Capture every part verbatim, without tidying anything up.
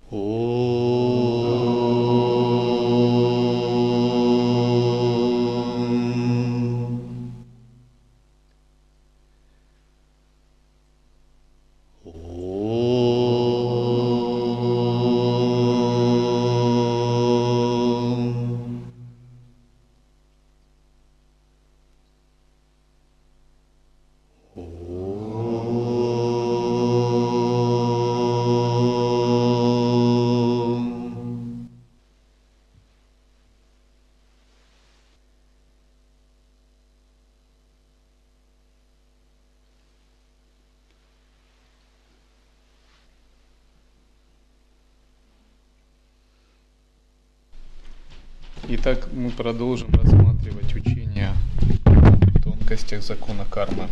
Итак, мы продолжим рассматривать учение о тонкостях закона кармы.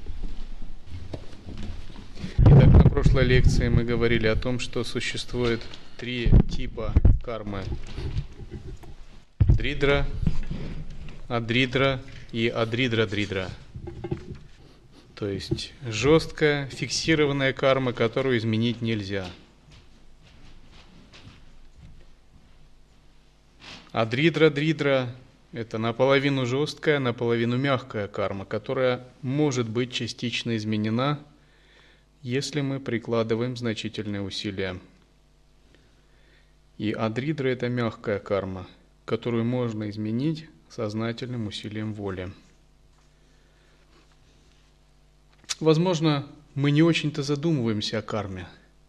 Итак, на прошлой лекции мы говорили о том, что существует три типа кармы: дридра, адридра и адридра-дридра. То есть жесткая, фиксированная карма, которую изменить нельзя. А дридра-дридра – это наполовину жесткая, наполовину мягкая карма, которая может быть частично изменена, если мы прикладываем значительные усилия. И адридра – это мягкая карма, которую можно изменить сознательным усилием воли. Возможно, мы не очень-то задумываемся о карме,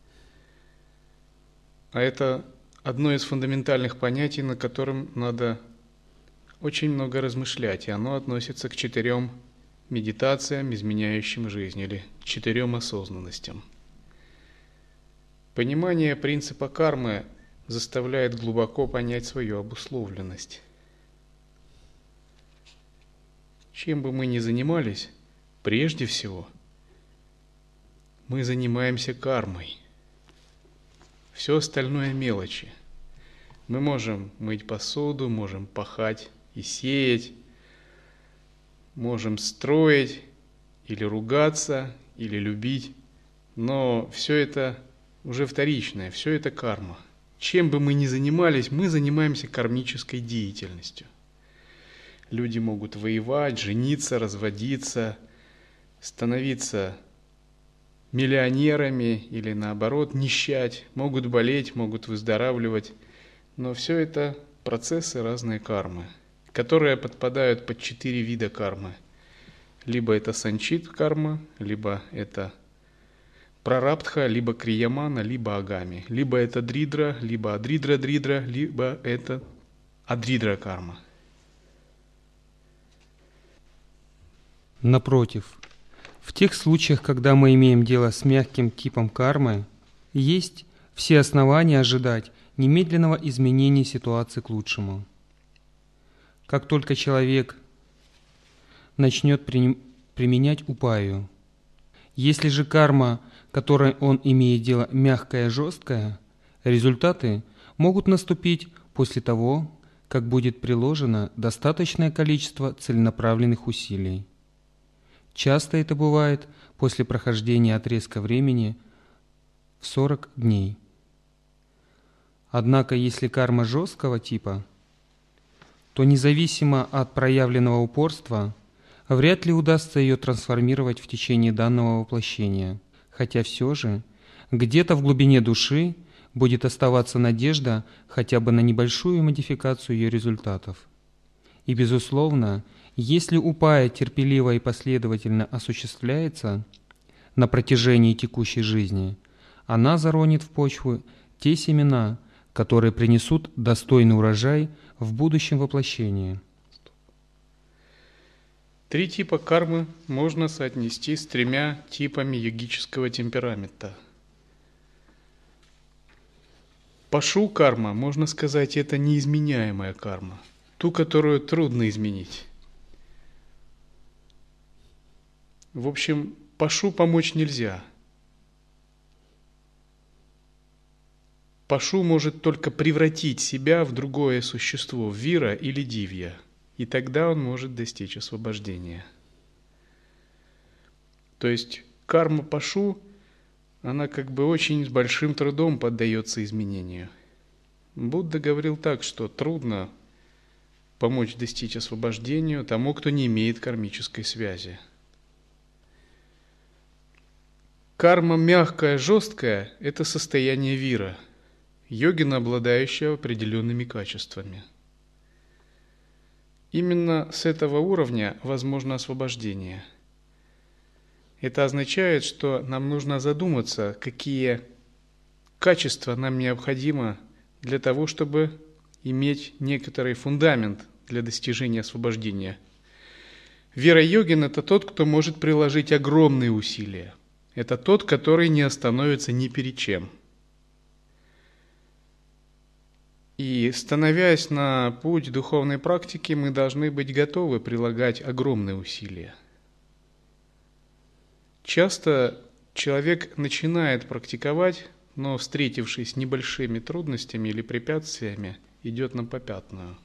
а это одно из фундаментальных понятий, на котором надо очень много размышлять, и оно относится к четырем медитациям, изменяющим жизнь, или четырем осознанностям. Понимание принципа кармы заставляет глубоко понять свою обусловленность. Чем бы мы ни занимались, прежде всего, мы занимаемся кармой. Все остальное мелочи. Мы можем мыть посуду, можем пахать и сеять, можем строить или ругаться, или любить, но все это уже вторичное, все это карма. Чем бы мы ни занимались, мы занимаемся кармической деятельностью. Люди могут воевать, жениться, разводиться, становиться миллионерами или наоборот нищать, могут болеть, могут выздоравливать, но все это процессы разной кармы, которые подпадают под четыре вида кармы. Либо это санчит карма, либо это прарабдха, либо криямана, либо агами, либо это дридра, либо адридра-дридра, либо это адридра карма. Напротив, в тех случаях, когда мы имеем дело с мягким типом кармы, есть все основания ожидать немедленного изменения ситуации к лучшему. Как только человек начнет при... применять упаю, если же карма, которой он имеет дело, мягкая и жесткая, результаты могут наступить после того, как будет приложено достаточное количество целенаправленных усилий. Часто это бывает после прохождения отрезка времени в сорок дней. Однако, если карма жесткого типа, то независимо от проявленного упорства, вряд ли удастся ее трансформировать в течение данного воплощения, хотя все же где-то в глубине души будет оставаться надежда хотя бы на небольшую модификацию ее результатов. И, безусловно, если упая терпеливо и последовательно осуществляется на протяжении текущей жизни, она заронит в почву те семена, которые принесут достойный урожай в будущем воплощении. Три типа кармы можно соотнести с тремя типами йогического темперамента. Пашу карма, можно сказать, это неизменяемая карма, ту, которую трудно изменить. В общем, пашу помочь нельзя. Пашу может только превратить себя в другое существо, в вира или дивья, и тогда он может достичь освобождения. То есть карма пашу, она как бы очень с большим трудом поддается изменению. Будда говорил так, что трудно помочь достичь освобождению тому, кто не имеет кармической связи. Карма мягкая, жесткая – это состояние вира, йогина, обладающего определенными качествами. Именно с этого уровня возможно освобождение. Это означает, что нам нужно задуматься, какие качества нам необходимо для того, чтобы иметь некоторый фундамент для достижения освобождения. Вера-йогин – это тот, кто может приложить огромные усилия. Это тот, который не остановится ни перед чем. И, становясь на путь духовной практики, мы должны быть готовы прилагать огромные усилия. Часто человек начинает практиковать, но, встретившись с небольшими трудностями или препятствиями, идет на попятную.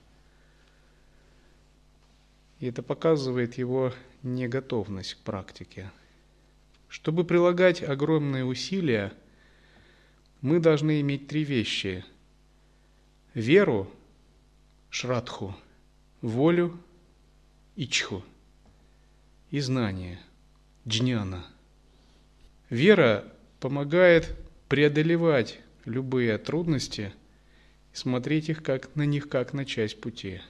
И это показывает его неготовность к практике. Чтобы прилагать огромные усилия, мы должны иметь три вещи: веру, шрадху, волю, ичху, и знание, джняна. Вера помогает преодолевать любые трудности и смотреть их как, на них как на часть пути.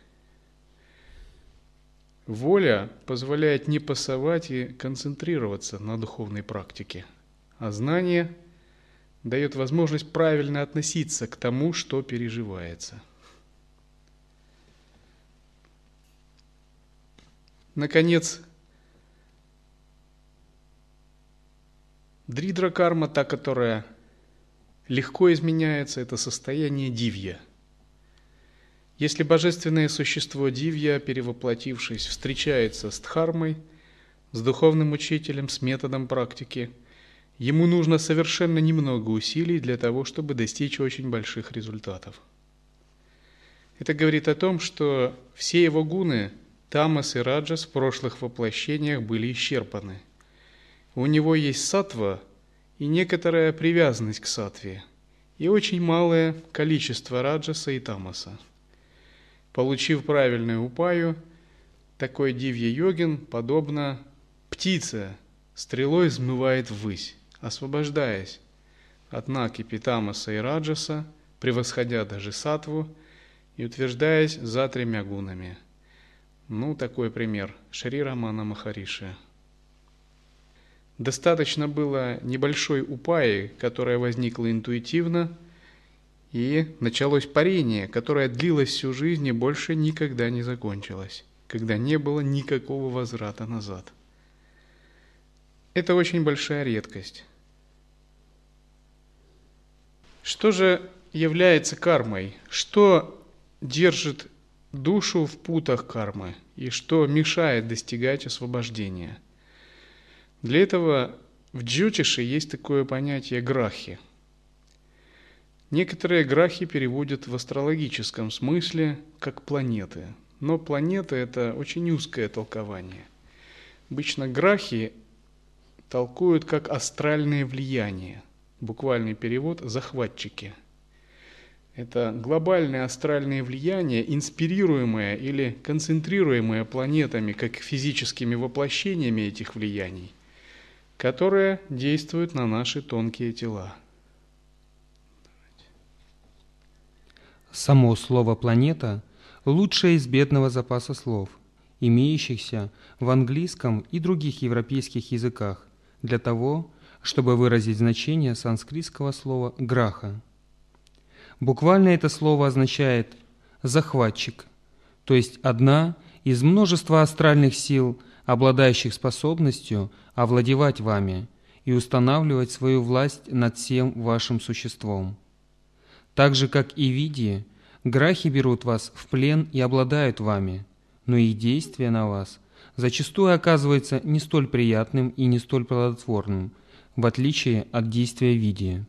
Воля позволяет не пасовать и концентрироваться на духовной практике, а знание дает возможность правильно относиться к тому, что переживается. Наконец, дридра-карма, та, которая легко изменяется, это состояние дивья. Если божественное существо дивья, перевоплотившись, встречается с дхармой, с духовным учителем, с методом практики, ему нужно совершенно немного усилий для того, чтобы достичь очень больших результатов. Это говорит о том, что все его гуны, тамас и раджас, в прошлых воплощениях были исчерпаны. У него есть саттва и некоторая привязанность к саттве, и очень малое количество раджаса и тамаса. Получив правильную упаю, такой дивья-йогин, подобно птице, стрелой взмывает ввысь, освобождаясь от накипи тамаса и раджаса, превосходя даже саттву и утверждаясь за тремя гунами. Ну, такой пример Шри Рамана Махариши. Достаточно было небольшой упаи, которая возникла интуитивно, и началось парение, которое длилось всю жизнь и больше никогда не закончилось, когда не было никакого возврата назад. Это очень большая редкость. Что же является кармой? Что держит душу в путах кармы и что мешает достигать освобождения? Для этого в джьотише есть такое понятие грахи. Некоторые грахи переводят в астрологическом смысле как планеты, но планеты – это очень узкое толкование. Обычно грахи толкуют как астральные влияния, буквальный перевод – захватчики. Это глобальные астральные влияния, инспирируемые или концентрируемые планетами, как физическими воплощениями этих влияний, которые действуют на наши тонкие тела. Само слово «планета» – лучшее из бедного запаса слов, имеющихся в английском и других европейских языках, для того, чтобы выразить значение санскритского слова «граха». Буквально это слово означает «захватчик», то есть одна из множества астральных сил, обладающих способностью овладевать вами и устанавливать свою власть над всем вашим существом. Так же, как и види, грахи берут вас в плен и обладают вами, но их действие на вас зачастую оказывается не столь приятным и не столь плодотворным, в отличие от действия види.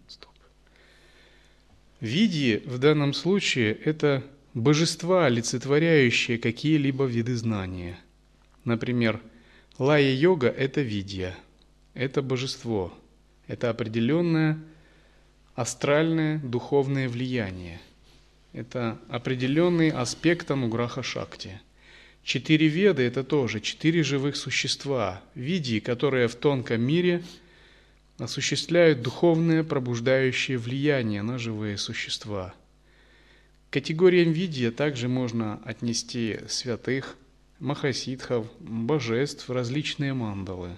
Види в данном случае – это божества, олицетворяющие какие-либо виды знания. Например, лая-йога – это видья, это божество, Это определенное астральное духовное влияние. Это определенный аспект ануграха шакти. Четыре веды – это тоже четыре живых существа, види, которые в тонком мире осуществляют духовное пробуждающее влияние на живые существа. К категориям видия также можно отнести святых, махасидхов, божеств, различные мандалы.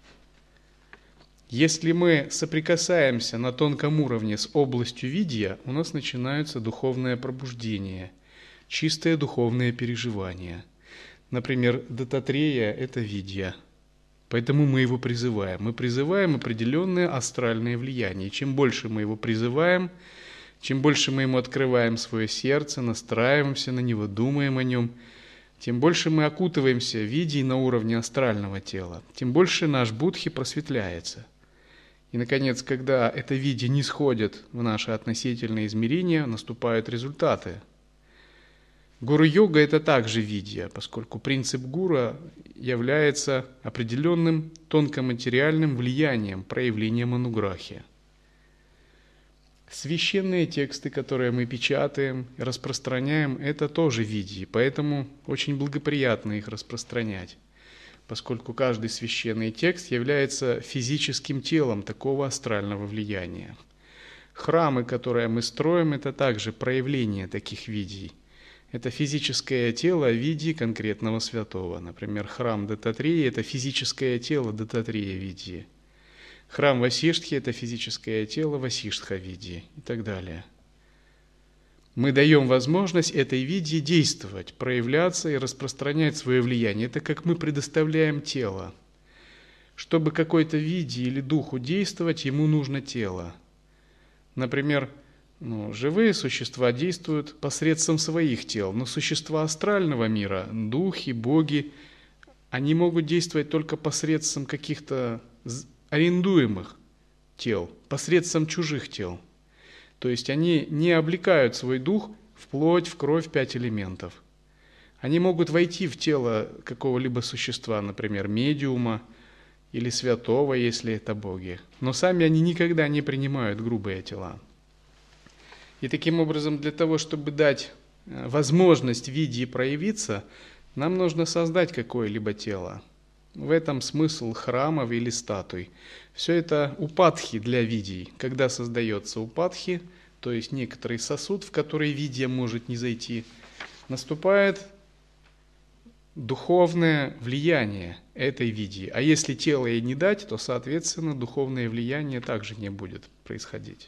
Если мы соприкасаемся на тонком уровне с областью видия, у нас начинается духовное пробуждение, чистое духовное переживание. Например, Дататрея – это видья, поэтому мы его призываем. Мы призываем определенное астральное влияние. Чем больше мы его призываем, чем больше мы ему открываем свое сердце, настраиваемся на него, думаем о нем, тем больше мы окутываемся видией на уровне астрального тела, тем больше наш будхи просветляется. И, наконец, когда это видение не сходит в наше относительное измерение, наступают результаты. Гуру-йога – это также видья, поскольку принцип гуру является определенным тонкоматериальным влиянием, проявлением ануграхи. Священные тексты, которые мы печатаем и распространяем, это тоже видьи, поэтому очень благоприятно их распространять, поскольку каждый священный текст является физическим телом такого астрального влияния. Храмы, которые мы строим, это также проявление таких видий. Это физическое тело видьи конкретного святого. Например, храм Дататреи – это физическое тело Дататрея видьи. Храм Васиштхи – это физическое тело Васиштха видьи и так далее. Мы даем возможность этой видье действовать, проявляться и распространять свое влияние. Это как мы предоставляем тело. Чтобы какой-то видье или духу действовать, ему нужно тело. Например, ну, живые существа действуют посредством своих тел, но существа астрального мира, духи, боги, они могут действовать только посредством каких-то арендуемых тел, посредством чужих тел. То есть они не облекают свой дух в плоть, в кровь, пять элементов. Они могут войти в тело какого-либо существа, например, медиума или святого, если это боги. Но сами они никогда не принимают грубые тела. И таким образом, для того, чтобы дать возможность видье проявиться, нам нужно создать какое-либо тело. В этом смысл храмов или статуй. Все это упадхи для видий. Когда создается упадхи, то есть некоторый сосуд, в который видья может не зайти, наступает духовное влияние этой видьи. А если тело ей не дать, то, соответственно, духовное влияние также не будет происходить.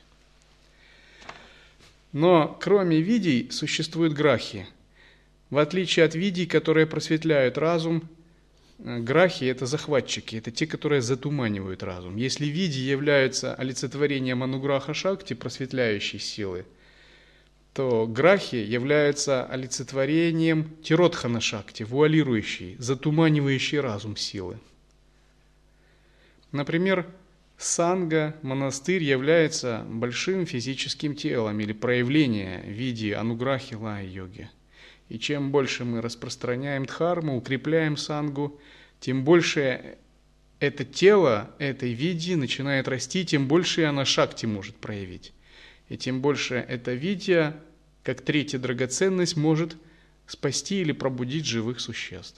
Но кроме видий существуют грахи. В отличие от видий, которые просветляют разум, грахи – это захватчики, это те, которые затуманивают разум. Если види являются олицетворением ануграха шакти, просветляющей силы, то грахи являются олицетворением тиродхана шакти, вуалирующей, затуманивающей разум силы. Например, санга, монастырь, является большим физическим телом или проявлением в виде ануграхи лая-йоги. И чем больше мы распространяем дхарму, укрепляем сангу, тем больше это тело этой видьи начинает расти, тем больше она шакти может проявить. И тем больше эта видья, как третья драгоценность, может спасти или пробудить живых существ.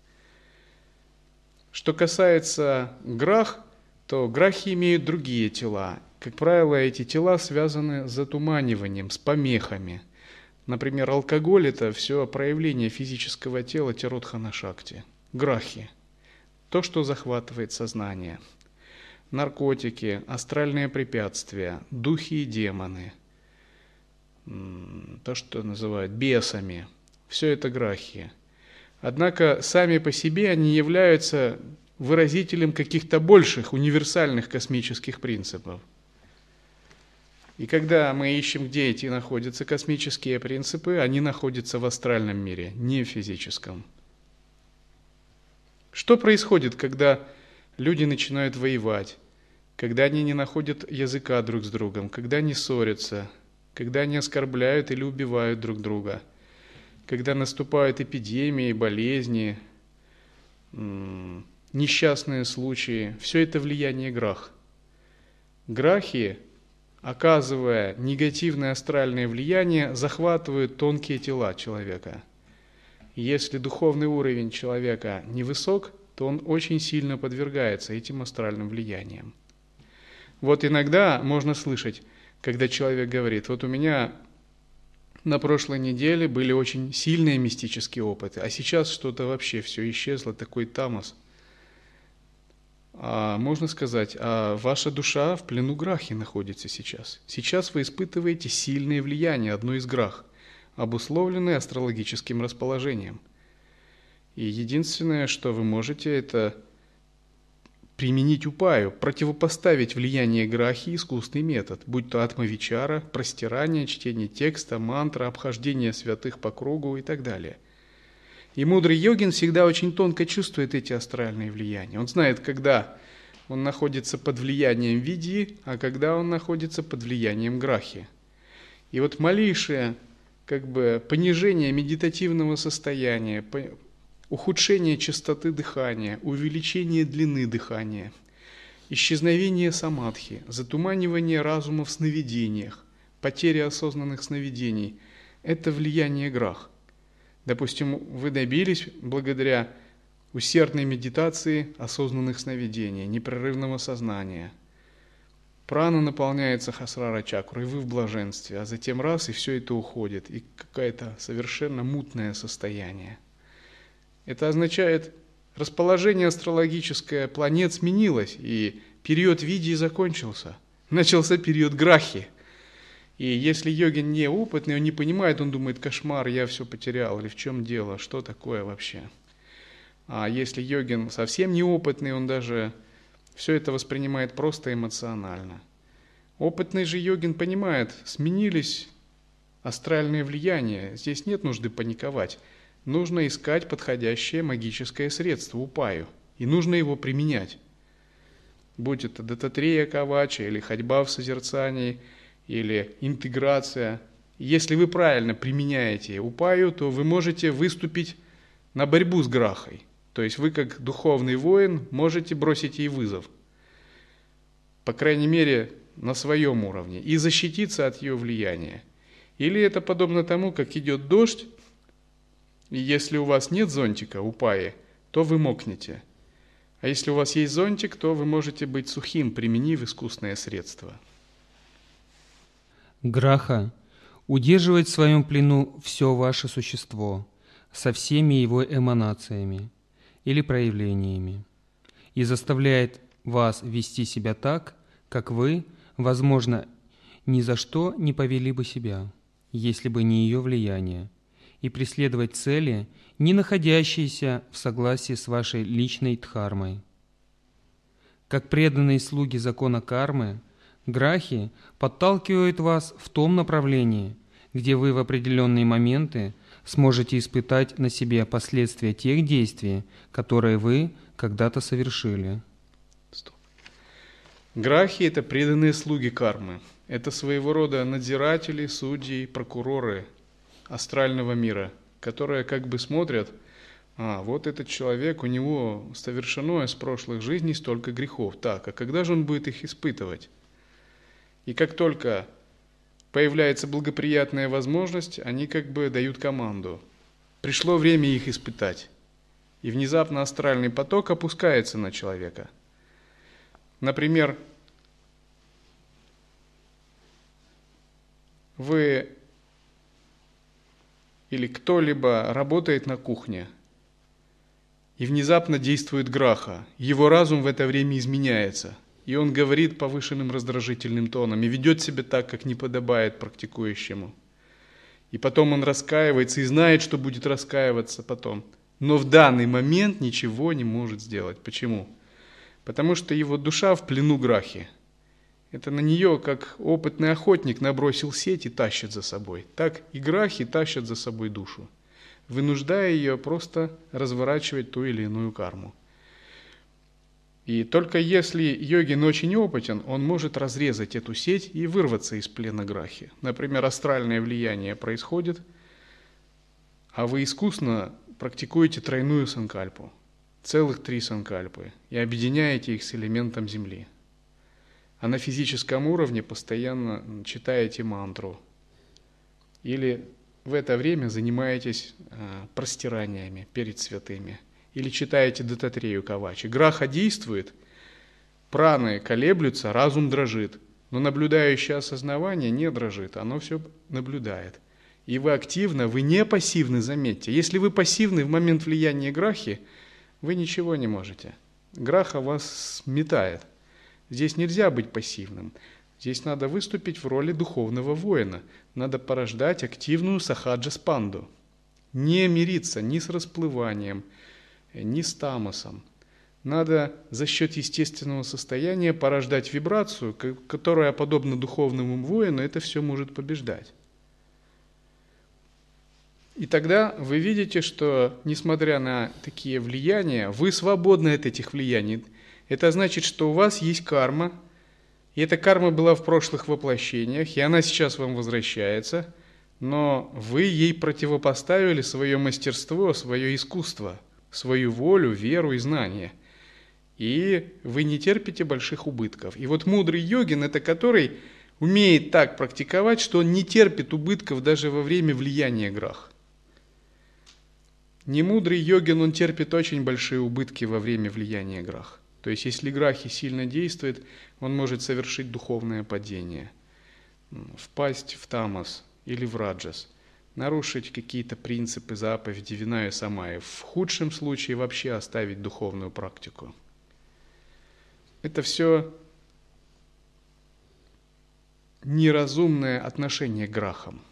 Что касается грах, то грахи имеют другие тела. Как правило, эти тела связаны с затуманиванием, с помехами. Например, алкоголь – это все проявление физического тела тиродхана шакти. Грахи – то, что захватывает сознание. Наркотики, астральные препятствия, духи и демоны, то, что называют бесами – все это грахи. Однако сами по себе они являются выразителем каких-то больших универсальных космических принципов. И когда мы ищем, где эти находятся космические принципы, они находятся в астральном мире, не в физическом. Что происходит, когда люди начинают воевать, когда они не находят языка друг с другом, когда они ссорятся, когда они оскорбляют или убивают друг друга, когда наступают эпидемии, болезни, несчастные случаи? Все это влияние грах. Грахи, оказывая негативное астральное влияние, захватывают тонкие тела человека. И если духовный уровень человека невысок, то он очень сильно подвергается этим астральным влияниям. Вот иногда можно слышать, когда человек говорит: вот у меня на прошлой неделе были очень сильные мистические опыты, а сейчас что-то вообще все исчезло, такой тамос. А можно сказать, а ваша душа в плену грахи находится сейчас. Сейчас вы испытываете сильное влияние одной из грах, обусловленное астрологическим расположением. И единственное, что вы можете, это применить упаю, противопоставить влияние грахи искусный метод, будь то атма-вичара, простирание, чтение текста, мантра, обхождение святых по кругу и так далее. И мудрый йогин всегда очень тонко чувствует эти астральные влияния. Он знает, когда он находится под влиянием видьи, а когда он находится под влиянием грахи. И вот малейшее как бы понижение медитативного состояния, ухудшение частоты дыхания, увеличение длины дыхания, исчезновение самадхи, затуманивание разума в сновидениях, потеря осознанных сновидений – это влияние грах. Допустим, вы добились благодаря усердной медитации осознанных сновидений, непрерывного сознания. Прана наполняется хасрара чакрой, и вы в блаженстве, а затем раз, и все это уходит, и какое-то совершенно мутное состояние. Это означает, расположение астрологическое планет сменилось, и период видьи закончился. Начался период грахи. И если йогин неопытный, он не понимает, он думает: кошмар, я все потерял, или в чем дело, что такое вообще. А если йогин совсем неопытный, он даже все это воспринимает просто эмоционально. Опытный же йогин понимает, сменились астральные влияния, здесь нет нужды паниковать. Нужно искать подходящее магическое средство, упаю, и нужно его применять. Будь это дататрея кавача, или ходьба в созерцании, или интеграция. Если вы правильно применяете упаю, то вы можете выступить на борьбу с грахой. То есть вы, как духовный воин, можете бросить ей вызов. По крайней мере, на своем уровне. И защититься от ее влияния. Или это подобно тому, как идет дождь, и если у вас нет зонтика, упаи, то вы мокнете. А если у вас есть зонтик, то вы можете быть сухим, применив искусное средство. Граха удерживает в своем плену все ваше существо со всеми его эманациями или проявлениями и заставляет вас вести себя так, как вы, возможно, ни за что не повели бы себя, если бы не ее влияние, и преследовать цели, не находящиеся в согласии с вашей личной дхармой. Как преданные слуги закона кармы, грахи подталкивают вас в том направлении, где вы в определенные моменты сможете испытать на себе последствия тех действий, которые вы когда-то совершили. Стоп. Грахи – это преданные слуги кармы. Это своего рода надзиратели, судьи, прокуроры астрального мира, которые как бы смотрят: а, вот этот человек, у него совершено из прошлых жизней столько грехов. Так, а когда же он будет их испытывать? И как только появляется благоприятная возможность, они как бы дают команду. Пришло время их испытать. И внезапно астральный поток опускается на человека. Например, вы или кто-либо работает на кухне, и внезапно действует граха. Его разум в это время изменяется, и он говорит повышенным раздражительным тоном и ведет себя так, как не подобает практикующему. И потом он раскаивается и знает, что будет раскаиваться потом. Но в данный момент ничего не может сделать. Почему? Потому что его душа в плену грахи. Это на нее, как опытный охотник, набросил сеть и тащит за собой. Так и грахи тащат за собой душу, вынуждая ее просто разворачивать ту или иную карму. И только если йогин очень опытен, он может разрезать эту сеть и вырваться из плена грахи. Например, астральное влияние происходит, а вы искусно практикуете тройную санкальпу, целых три санкальпы, и объединяете их с элементом земли. а на физическом уровне постоянно читаете мантру. Или в это время занимаетесь э, простираниями перед святыми. Или читаете Дататрею Кавачи. Граха действует, праны колеблются, разум дрожит. Но наблюдающее осознавание не дрожит, оно все наблюдает. И вы активно, вы не пассивны, заметьте. Если вы пассивны в момент влияния грахи, вы ничего не можете. Граха вас сметает. Здесь нельзя быть пассивным. Здесь надо выступить в роли духовного воина. Надо порождать активную сахаджа-спанду. Не мириться ни с расплыванием, ни с тамосом. Надо за счет естественного состояния порождать вибрацию, которая, подобно духовному воину, это все может побеждать. И тогда вы видите, что, несмотря на такие влияния, вы свободны от этих влияний. Это значит, что у вас есть карма, и эта карма была в прошлых воплощениях, и она сейчас вам возвращается, но вы ей противопоставили свое мастерство, свое искусство, свою волю, веру и знания. И вы не терпите больших убытков. И вот мудрый йогин – это который умеет так практиковать, что он не терпит убытков даже во время влияния грах. Немудрый йогин, он терпит очень большие убытки во время влияния грах. То есть, если грахи сильно действует, он может совершить духовное падение, впасть в тамас или в раджас, нарушить какие-то принципы заповеди Виная Самаи, в худшем случае вообще оставить духовную практику. Это все неразумное отношение к грахам.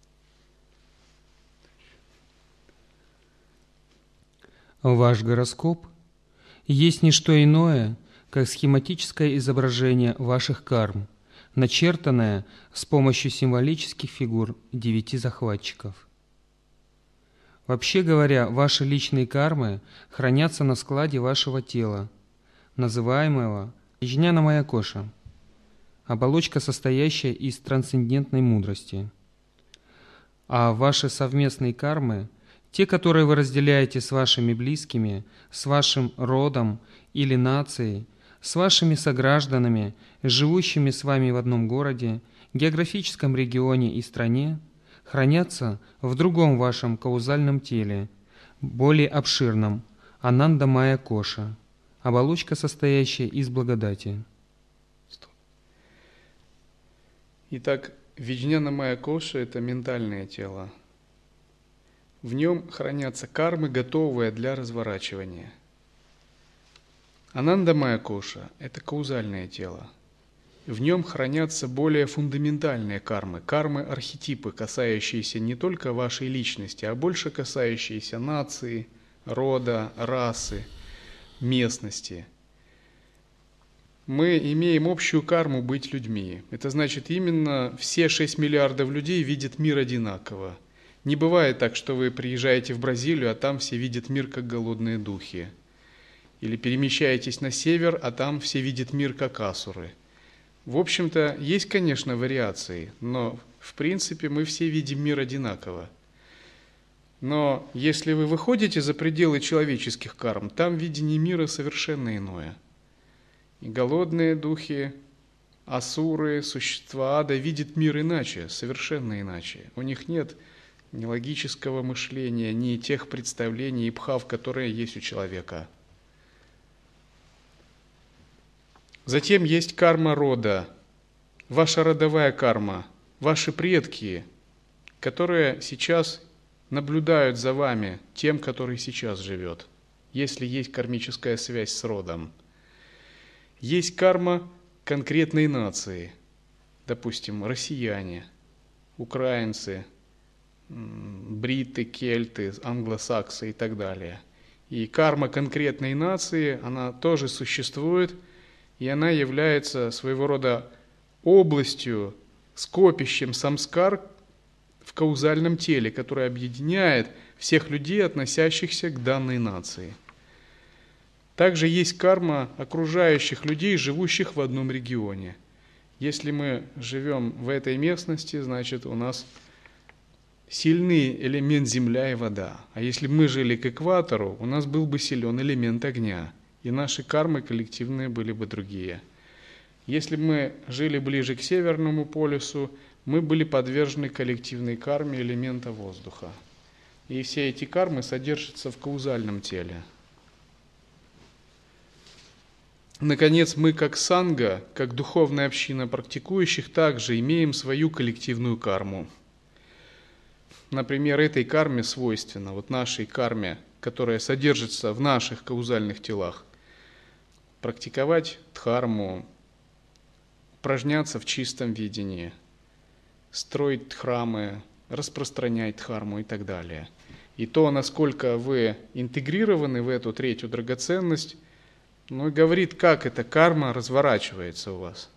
Ваш гороскоп есть не что иное, как схематическое изображение ваших карм, начертанное с помощью символических фигур девяти захватчиков. Вообще говоря, ваши личные кармы хранятся на складе вашего тела, называемого Виджняна Майя Коша, оболочка, состоящая из трансцендентной мудрости. А ваши совместные кармы, те, которые вы разделяете с вашими близкими, с вашим родом или нацией, с вашими согражданами, живущими с вами в одном городе, географическом регионе и стране, хранятся в другом вашем каузальном теле, более обширном, Ананда Майя Коша, оболочка, состоящая из благодати. Итак, Виджняна Майя Коша – это ментальное тело. В нем хранятся кармы, готовые для разворачивания. Ананда Майя Коша – это каузальное тело. В нем хранятся более фундаментальные кармы, кармы-архетипы, касающиеся не только вашей личности, а больше касающиеся нации, рода, расы, местности. Мы имеем общую карму быть людьми. Это значит, именно все шесть миллиардов людей видят мир одинаково. Не бывает так, что вы приезжаете в Бразилию, а там все видят мир как голодные духи. Или перемещаетесь на север, а там все видят мир как асуры. В общем-то, есть, конечно, вариации, но в принципе мы все видим мир одинаково. Но если вы выходите за пределы человеческих карм, там видение мира совершенно иное. И голодные духи, асуры, существа ада видят мир иначе, совершенно иначе. У них нет ни логического мышления, ни тех представлений и бхав, которые есть у человека. Затем есть карма рода, ваша родовая карма, ваши предки, которые сейчас наблюдают за вами, тем, который сейчас живет, если есть кармическая связь с родом. Есть карма конкретной нации, допустим, россияне, украинцы, бриты, кельты, англосаксы и так далее. И карма конкретной нации, она тоже существует, и она является своего рода областью, скопищем самскар в каузальном теле, которое объединяет всех людей, относящихся к данной нации. Также есть карма окружающих людей, живущих в одном регионе. Если мы живем в этой местности, значит у нас сильный элемент земля и вода. А если бы мы жили к экватору, у нас был бы силен элемент огня, и наши кармы коллективные были бы другие. Если мы жили ближе к Северному полюсу, мы были подвержены коллективной карме элемента воздуха. И все эти кармы содержатся в каузальном теле. Наконец, мы как санга, как духовная община практикующих, также имеем свою коллективную карму. Например, этой карме свойственно, вот нашей карме, которая содержится в наших каузальных телах, практиковать дхарму, упражняться в чистом видении, строить дхрамы, распространять дхарму и так далее. И то, насколько вы интегрированы в эту третью драгоценность, ну, говорит, как эта карма разворачивается у вас.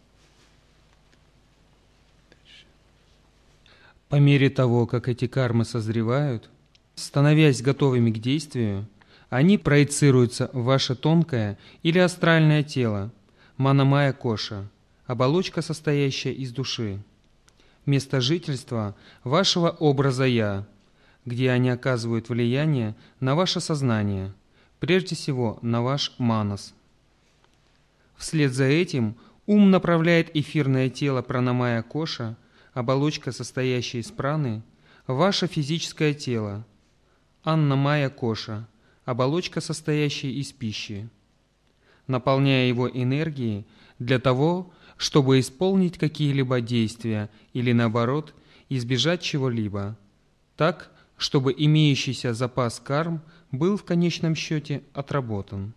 По мере того, как эти кармы созревают, становясь готовыми к действию, они проецируются в ваше тонкое или астральное тело, манамая коша, оболочка, состоящая из души, место жительства вашего образа «я», где они оказывают влияние на ваше сознание, прежде всего на ваш манас. Вслед за этим ум направляет эфирное тело пранамая коша, оболочка, состоящая из праны, в ваше физическое тело, аннамая коша, оболочка, состоящая из пищи, наполняя его энергией для того, чтобы исполнить какие-либо действия или, наоборот, избежать чего-либо, так, чтобы имеющийся запас карм был в конечном счете отработан.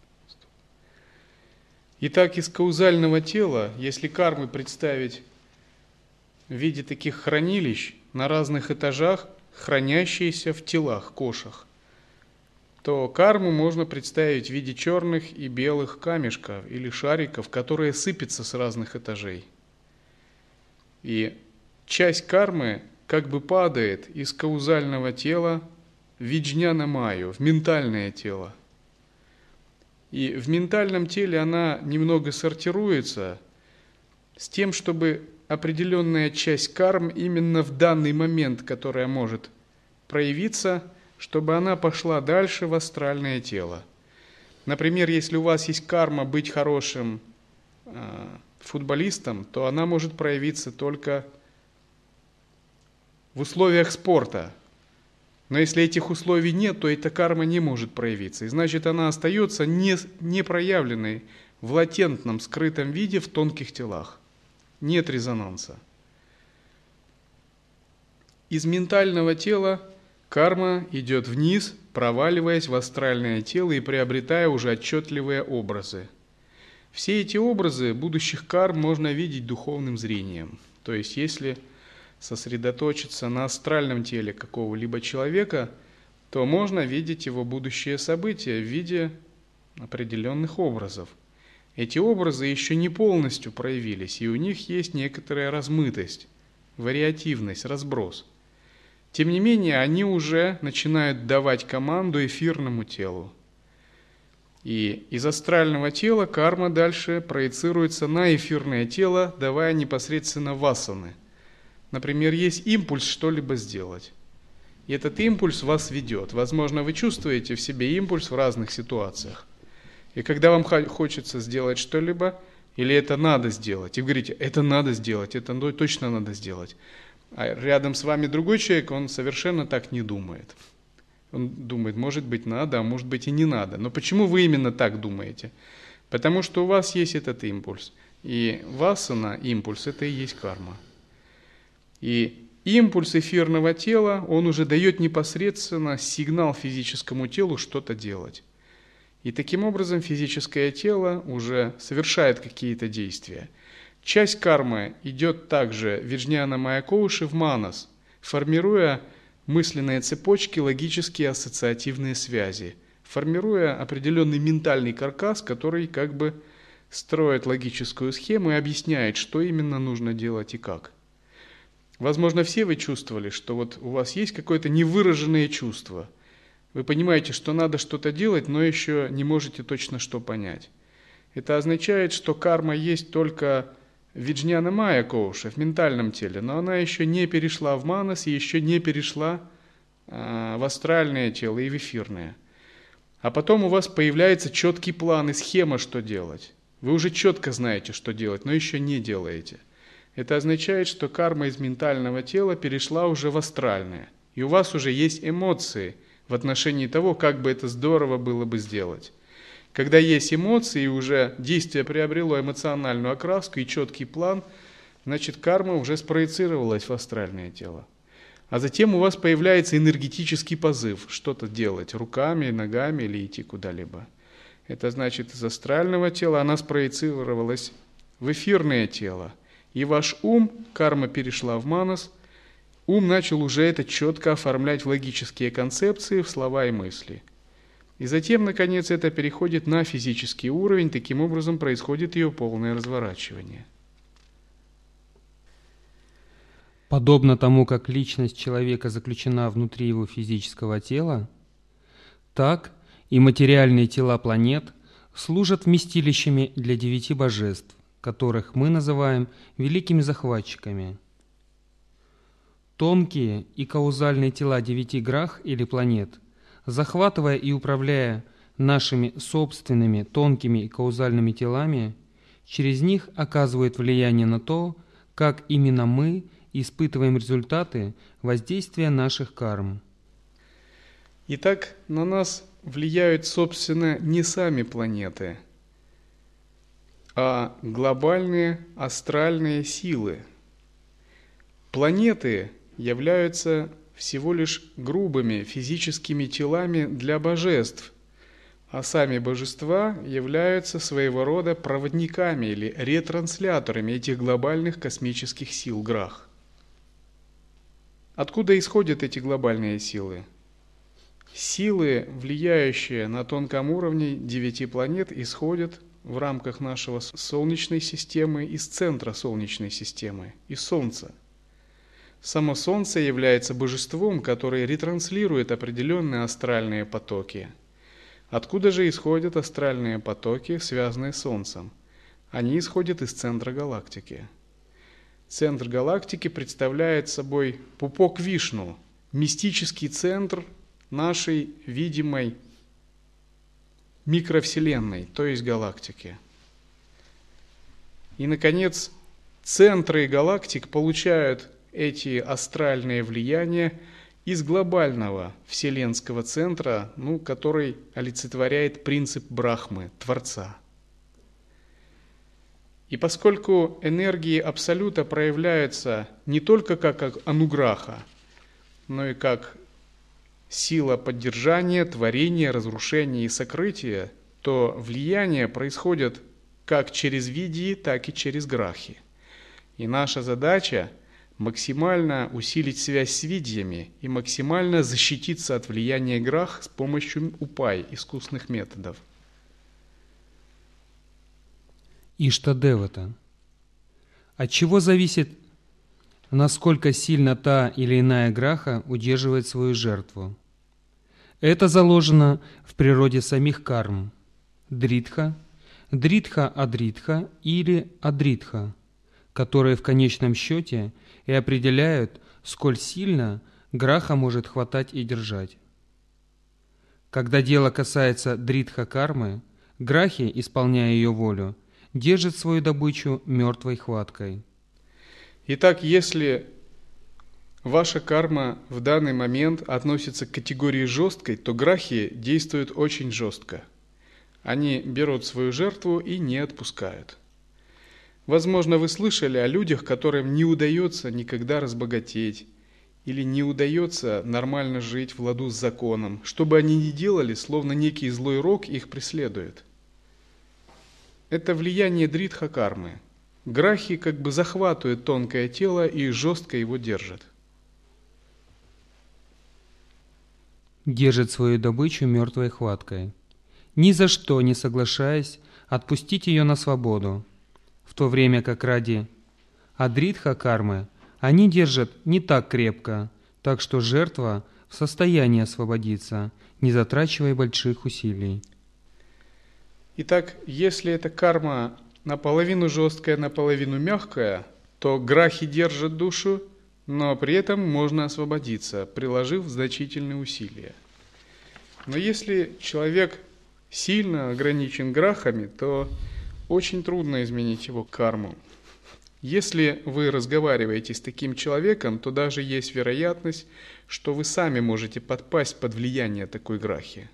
Итак, из каузального тела, если кармы представить в виде таких хранилищ на разных этажах, хранящиеся в телах, кошах, то карму можно представить в виде черных и белых камешков или шариков, которые сыпятся с разных этажей. И часть кармы как бы падает из каузального тела в виджняна-майю, в ментальное тело. И в ментальном теле она немного сортируется с тем, чтобы определенная часть карм именно в данный момент, которая может проявиться, чтобы она пошла дальше в астральное тело. Например, если у вас есть карма быть хорошим э, футболистом, то она может проявиться только в условиях спорта. Но если этих условий нет, то эта карма не может проявиться. И значит, она остается не, не проявленной в латентном, скрытом виде в тонких телах. Нет резонанса. Из ментального тела карма идет вниз, проваливаясь в астральное тело и приобретая уже отчетливые образы. Все эти образы будущих карм можно видеть духовным зрением. То есть, если сосредоточиться на астральном теле какого-либо человека, то можно видеть его будущие события в виде определенных образов. Эти образы еще не полностью проявились, и у них есть некоторая размытость, вариативность, разброс. Тем не менее, они уже начинают давать команду эфирному телу. И из астрального тела карма дальше проецируется на эфирное тело, давая непосредственно васаны. Например, есть импульс что-либо сделать. И этот импульс вас ведет. Возможно, вы чувствуете в себе импульс в разных ситуациях. И когда вам хочется сделать что-либо, или это надо сделать, и вы говорите, это надо сделать, это точно надо сделать. А рядом с вами другой человек, он совершенно так не думает. Он думает, может быть надо, а может быть и не надо. Но почему вы именно так думаете? Потому что у вас есть этот импульс. И васана, импульс, это и есть карма. И импульс эфирного тела, он уже дает непосредственно сигнал физическому телу что-то делать. И таким образом физическое тело уже совершает какие-то действия. Часть кармы идет также виджняна-майя коуши в манас, формируя мысленные цепочки, логические ассоциативные связи, формируя определенный ментальный каркас, который как бы строит логическую схему и объясняет, что именно нужно делать и как. Возможно, все вы чувствовали, что вот у вас есть какое-то невыраженное чувство. Вы понимаете, что надо что-то делать, но еще не можете точно что понять. Это означает, что карма есть только виджняна-майя коуша в ментальном теле, но она еще не перешла в манас и еще не перешла а, в астральное тело и в эфирное. А потом у вас появляется четкий план и схема, что делать. Вы уже четко знаете, что делать, но еще не делаете. Это означает, что карма из ментального тела перешла уже в астральное. И у вас уже есть эмоции в отношении того, как бы это здорово было бы сделать. Когда есть эмоции, и уже действие приобрело эмоциональную окраску и четкий план, значит, карма уже спроецировалась в астральное тело. А затем у вас появляется энергетический позыв что-то делать руками, ногами или идти куда-либо. Это значит, из астрального тела она спроецировалась в эфирное тело. И ваш ум, карма перешла в манас, ум начал уже это четко оформлять в логические концепции, в слова и мысли. И затем, наконец, это переходит на физический уровень, таким образом происходит ее полное разворачивание. Подобно тому, как личность человека заключена внутри его физического тела, так и материальные тела планет служат вместилищами для девяти божеств, которых мы называем великими захватчиками. Тонкие и каузальные тела девяти грах или планет, захватывая и управляя нашими собственными тонкими и каузальными телами, через них оказывают влияние на то, как именно мы испытываем результаты воздействия наших карм. Итак, на нас влияют, собственно, не сами планеты, а глобальные астральные силы. Планеты являются всего лишь грубыми физическими телами для божеств, а сами божества являются своего рода проводниками или ретрансляторами этих глобальных космических сил грах. Откуда исходят эти глобальные силы? Силы, влияющие на тонком уровне девяти планет, исходят в рамках нашего Солнечной системы из центра Солнечной системы, из Солнца. Само Солнце является божеством, которое ретранслирует определенные астральные потоки. Откуда же исходят астральные потоки, связанные с Солнцем? Они исходят из центра галактики. Центр галактики представляет собой пупок Вишну, мистический центр нашей видимой микровселенной, то есть галактики. И, наконец, центры галактик получают эти астральные влияния из глобального вселенского центра, ну, который олицетворяет принцип Брахмы, Творца. И поскольку энергии Абсолюта проявляются не только как ануграха, но и как сила поддержания, творения, разрушения и сокрытия, то влияние происходит как через видьи, так и через грахи. И наша задача – максимально усилить связь с видьями и максимально защититься от влияния грах с помощью упай, искусных методов. Иштадевата. От чего зависит, насколько сильно та или иная граха удерживает свою жертву? Это заложено в природе самих карм – дритха, дритха-адритха или адритха, которые в конечном счете и определяют, сколь сильно граха может хватать и держать. Когда дело касается дритха-кармы, грахи, исполняя ее волю, держат свою добычу мертвой хваткой. Итак, если ваша карма в данный момент относится к категории жесткой, то грахи действуют очень жестко. Они берут свою жертву и не отпускают. Возможно, вы слышали о людях, которым не удается никогда разбогатеть или не удается нормально жить в ладу с законом. Что бы они ни делали, словно некий злой рок их преследует. Это влияние дритха-кармы. Грахи как бы захватывают тонкое тело и жестко его держат. Держит свою добычу мертвой хваткой, ни за что не соглашаясь отпустить ее на свободу, в то время как ради адритха-кармы они держат не так крепко, так что жертва в состоянии освободиться, не затрачивая больших усилий. Итак, если эта карма наполовину жесткая, наполовину мягкая, то грахи держат душу, но при этом можно освободиться, приложив значительные усилия. Но если человек сильно ограничен грахами, то очень трудно изменить его карму. Если вы разговариваете с таким человеком, то даже есть вероятность, что вы сами можете подпасть под влияние такой грахи.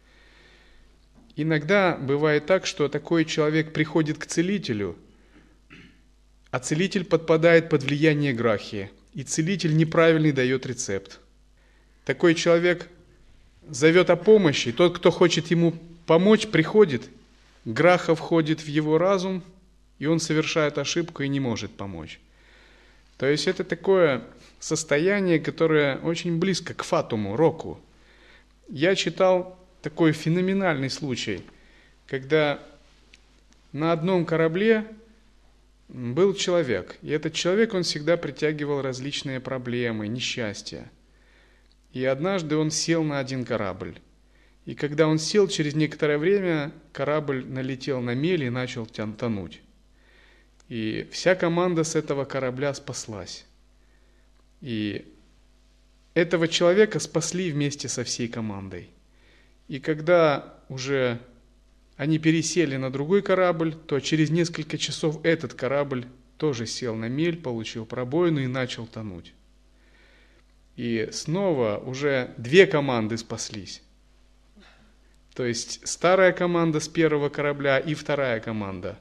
Иногда бывает так, что такой человек приходит к целителю, а целитель подпадает под влияние грахи, и целитель неправильный дает рецепт. Такой человек зовет о помощи, тот, кто хочет ему помочь, приходит, граха входит в его разум, и он совершает ошибку и не может помочь. То есть это такое состояние, которое очень близко к фатуму, року. Я читал такой феноменальный случай, когда на одном корабле был человек, и этот человек, он всегда притягивал различные проблемы, несчастья. И однажды он сел на один корабль. И когда он сел, через некоторое время корабль налетел на мель и начал тонуть. И вся команда с этого корабля спаслась. И этого человека спасли вместе со всей командой. И когда уже они пересели на другой корабль, то через несколько часов этот корабль тоже сел на мель, получил пробоину и начал тонуть. И снова уже две команды спаслись. То есть старая команда с первого корабля и вторая команда.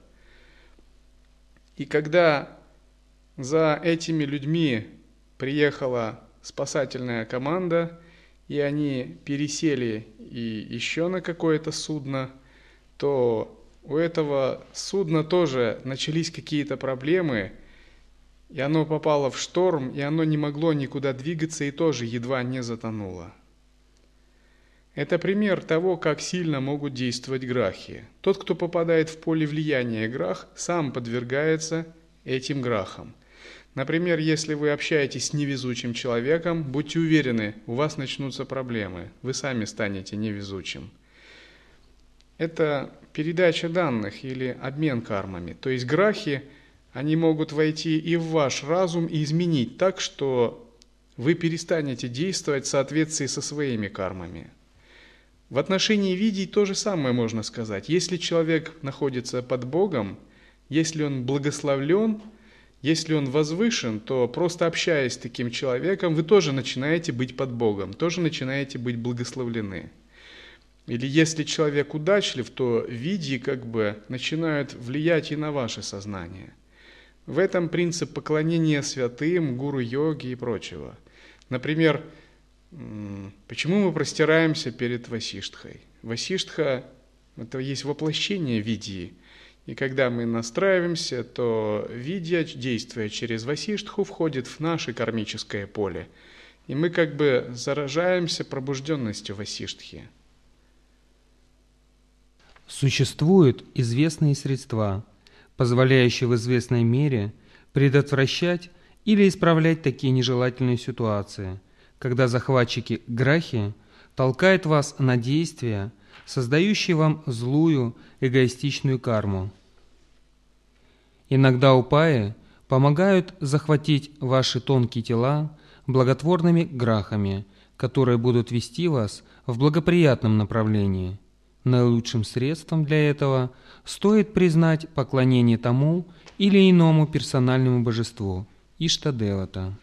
И когда за этими людьми приехала спасательная команда, и они пересели и еще на какое-то судно, то у этого судна тоже начались какие-то проблемы, и оно попало в шторм, и оно не могло никуда двигаться, и тоже едва не затонуло. Это пример того, как сильно могут действовать грахи. Тот, кто попадает в поле влияния грах, сам подвергается этим грахам. Например, если вы общаетесь с невезучим человеком, будьте уверены, у вас начнутся проблемы, вы сами станете невезучим. Это передача данных или обмен кармами. То есть грахи, они могут войти и в ваш разум и изменить так, что вы перестанете действовать в соответствии со своими кармами. В отношении видий то же самое можно сказать. Если человек находится под Богом, если он благословлен, если он возвышен, то просто общаясь с таким человеком, вы тоже начинаете быть под Богом, тоже начинаете быть благословлены. Или если человек удачлив, то види как бы начинают влиять и на ваше сознание. В этом принцип поклонения святым, гуру-йоги и прочего. Например, почему мы простираемся перед Васиштхой? Васиштха – это есть воплощение видьи. И когда мы настраиваемся, то видья, действуя через Васиштху, входит в наше кармическое поле. И мы как бы заражаемся пробужденностью Васиштхи. Существуют известные средства, позволяющие в известной мере предотвращать или исправлять такие нежелательные ситуации, когда захватчики грахи толкают вас на действия, создающие вам злую, эгоистичную карму. Иногда упаи помогают захватить ваши тонкие тела благотворными грахами, которые будут вести вас в благоприятном направлении. Наилучшим средством для этого стоит признать поклонение тому или иному персональному божеству Иштадевата.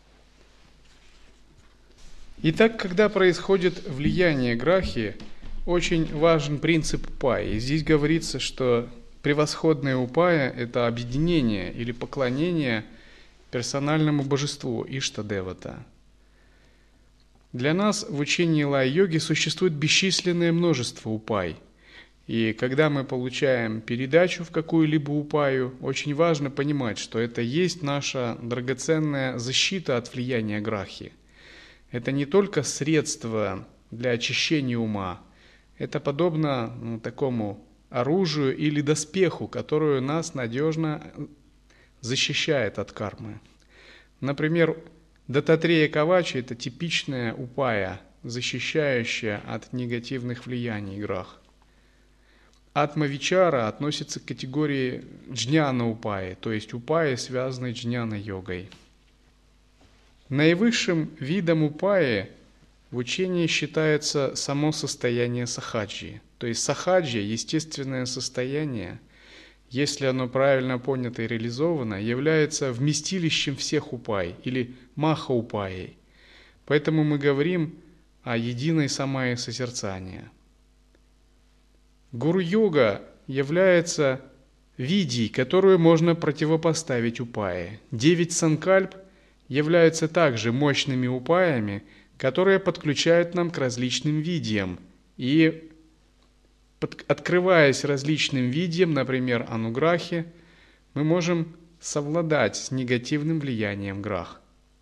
Итак, когда происходит влияние грахи, очень важен принцип упаи. Здесь говорится, что превосходное упая – это объединение или поклонение персональному божеству Иштадевата. Для нас в учении лай-йоги существует бесчисленное множество упай. И когда мы получаем передачу в какую-либо упаю, очень важно понимать, что это есть наша драгоценная защита от влияния грахи. Это не только средство для очищения ума, это подобно ну, такому оружию или доспеху, которое нас надежно защищает от кармы. Например, Дататрея Кавачи – это типичная упая, защищающая от негативных влияний грах. Атма-вичара относится к категории джняна-упаи, то есть упаи, связанной с джняна-йогой. Наивысшим видом упаи в учении считается само состояние сахаджи. То есть сахаджи – естественное состояние, если оно правильно понято и реализовано, является вместилищем всех упай или маха-упаей. Поэтому мы говорим о единой самае созерцания. Гуру-йога является видей, которую можно противопоставить упае. Девять санкальп являются также мощными упаями, которые подключают нам к различным видиям. И, под, открываясь различным видиям, например, ануграхи, мы можем совладать с негативным влиянием грах.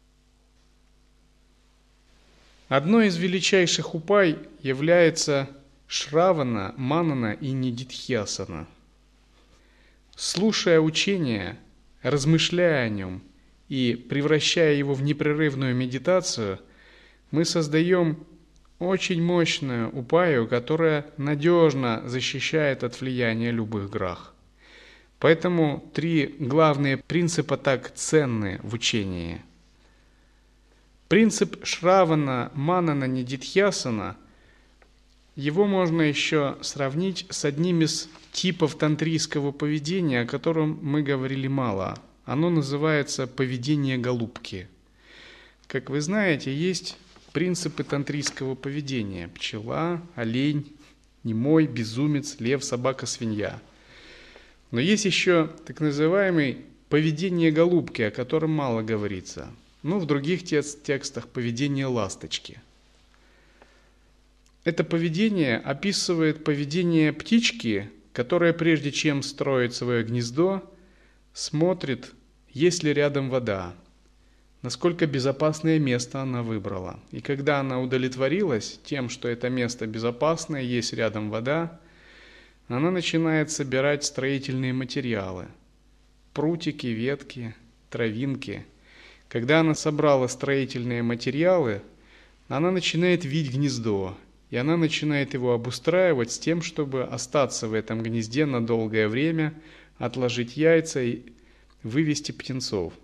Одной из величайших упай является Шравана, Манана и Нидидхьясана. Слушая учение, размышляя о нем и превращая его в непрерывную медитацию, мы создаем очень мощную упаю, которая надежно защищает от влияния любых грах. Поэтому три главные принципа так ценны в учении. Принцип Шравана, Манана, Нидидхьясана, его можно еще сравнить с одним из типов тантрийского поведения, о котором мы говорили мало. Оно называется поведение голубки. Как вы знаете, есть принципы тантрийского поведения: пчела, олень, немой, безумец, лев, собака, свинья. Но есть еще так называемое поведение голубки, о котором мало говорится. Ну, в других текстах поведение ласточки. Это поведение описывает поведение птички, которая, прежде чем строить свое гнездо, смотрит, есть ли рядом вода, насколько безопасное место она выбрала. И когда она удовлетворилась тем, что это место безопасное, есть рядом вода, она начинает собирать строительные материалы: прутики, ветки, травинки. Когда она собрала строительные материалы, она начинает вить гнездо, и она начинает его обустраивать с тем, чтобы остаться в этом гнезде на долгое время, отложить яйца и вывести птенцов.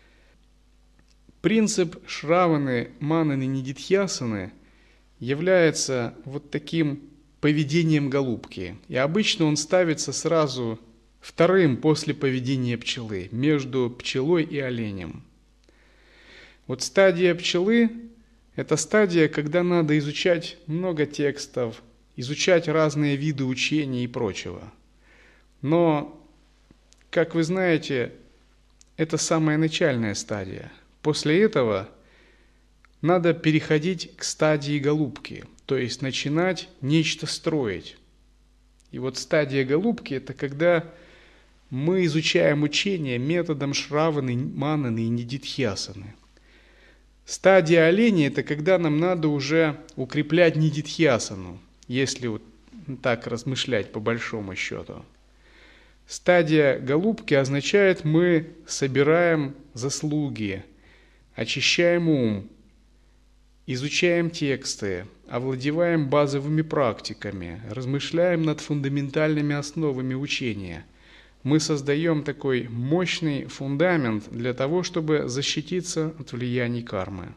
Принцип Шраваны, Мананы, Нидидхьясаны является вот таким поведением голубки. И обычно он ставится сразу вторым после поведения пчелы, между пчелой и оленем. Вот стадия пчелы – это стадия, когда надо изучать много текстов, изучать разные виды учений и прочего. Но, как вы знаете, это самая начальная стадия. После этого надо переходить к стадии голубки, то есть начинать нечто строить. И вот стадия голубки – это когда мы изучаем учение методом Шраваны, Мананы и Нидидхьясаны. Стадия оленя – это когда нам надо уже укреплять Нидидхьясану, если вот так размышлять по большому счету. Стадия голубки означает, мы собираем заслуги, очищаем ум, изучаем тексты, овладеваем базовыми практиками, размышляем над фундаментальными основами учения. Мы создаем такой мощный фундамент для того, чтобы защититься от влияний кармы.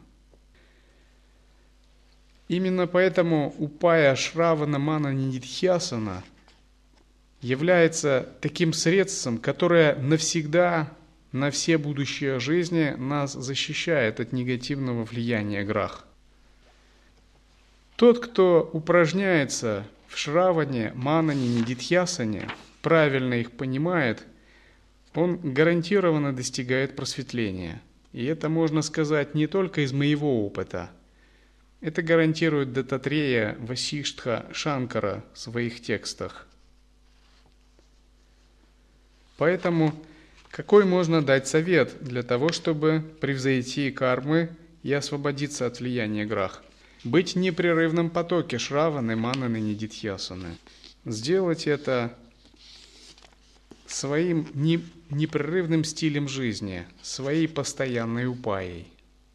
Именно поэтому упая Шравана, Манана, Нидидхьясана является таким средством, которое навсегда, на все будущие жизни нас защищает от негативного влияния грах. Тот, кто упражняется в Шраване, Манане, Нидидхьясане, правильно их понимает, он гарантированно достигает просветления. И это можно сказать не только из моего опыта. Это гарантирует Даттатрея, Васиштха, Шанкара в своих текстах. Поэтому какой можно дать совет для того, чтобы превзойти кармы и освободиться от влияния грах? Быть в непрерывном потоке Шраваны, Мананы, Нидидхьясаны. Сделать это своим непрерывным стилем жизни, своей постоянной упаей.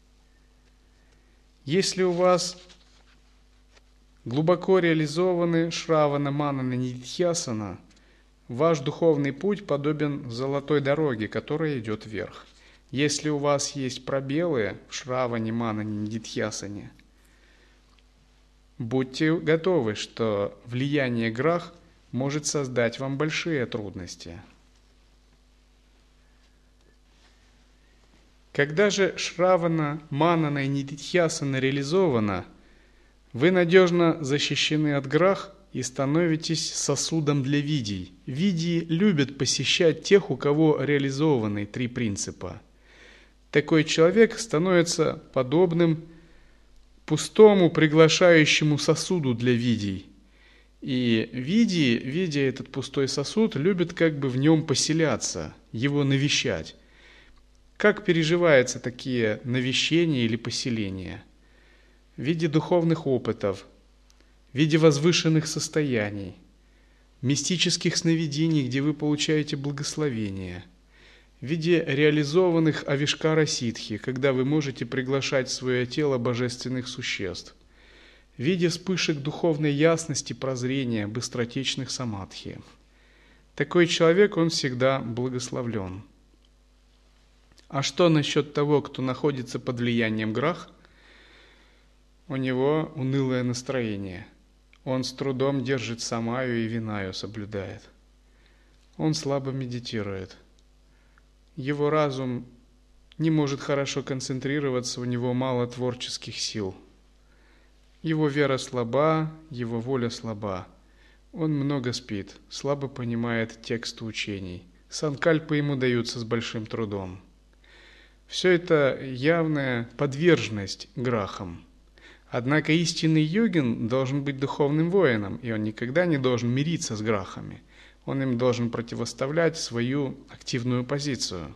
Если у вас глубоко реализованы Шравана, Манана, Нидидхьясана, ваш духовный путь подобен золотой дороге, которая идет вверх. Если у вас есть пробелы в Шраване, Манане, Нидидхьясане, будьте готовы, что влияние грах может создать вам большие трудности. Когда же Шравана, Манана и Нидхьясана реализована, вы надежно защищены от грах и становитесь сосудом для видий. Видии любят посещать тех, у кого реализованы три принципа. Такой человек становится подобным пустому приглашающему сосуду для видий. И видии, видя этот пустой сосуд, любят как бы в нем поселяться, его навещать. Как переживаются такие навещения или поселения? В виде духовных опытов, в виде возвышенных состояний, мистических сновидений, где вы получаете благословение, в виде реализованных авишкара-ситхи, когда вы можете приглашать в свое тело божественных существ, в виде вспышек духовной ясности, прозрения, быстротечных самадхи. Такой человек, он всегда благословлен. А что насчет того, кто находится под влиянием грах? У него унылое настроение. Он с трудом держит самаю и винаю соблюдает. Он слабо медитирует. Его разум не может хорошо концентрироваться, у него мало творческих сил. Его вера слаба, его воля слаба. Он много спит, слабо понимает тексты учений. Санкальпы ему даются с большим трудом. Все это явная подверженность грахам. Однако истинный йогин должен быть духовным воином, и он никогда не должен мириться с грахами. Он им должен противоставлять свою активную позицию.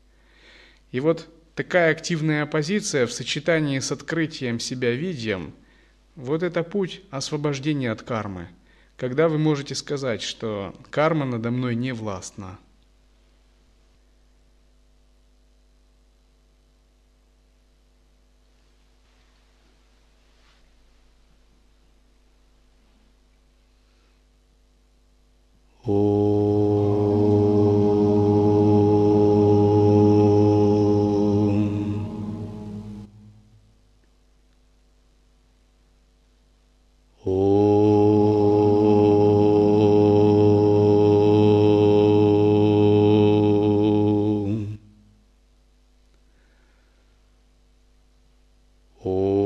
И вот такая активная оппозиция в сочетании с открытием себя видием, вот это путь освобождения от кармы, когда вы можете сказать, что карма надо мной не властна. Oh.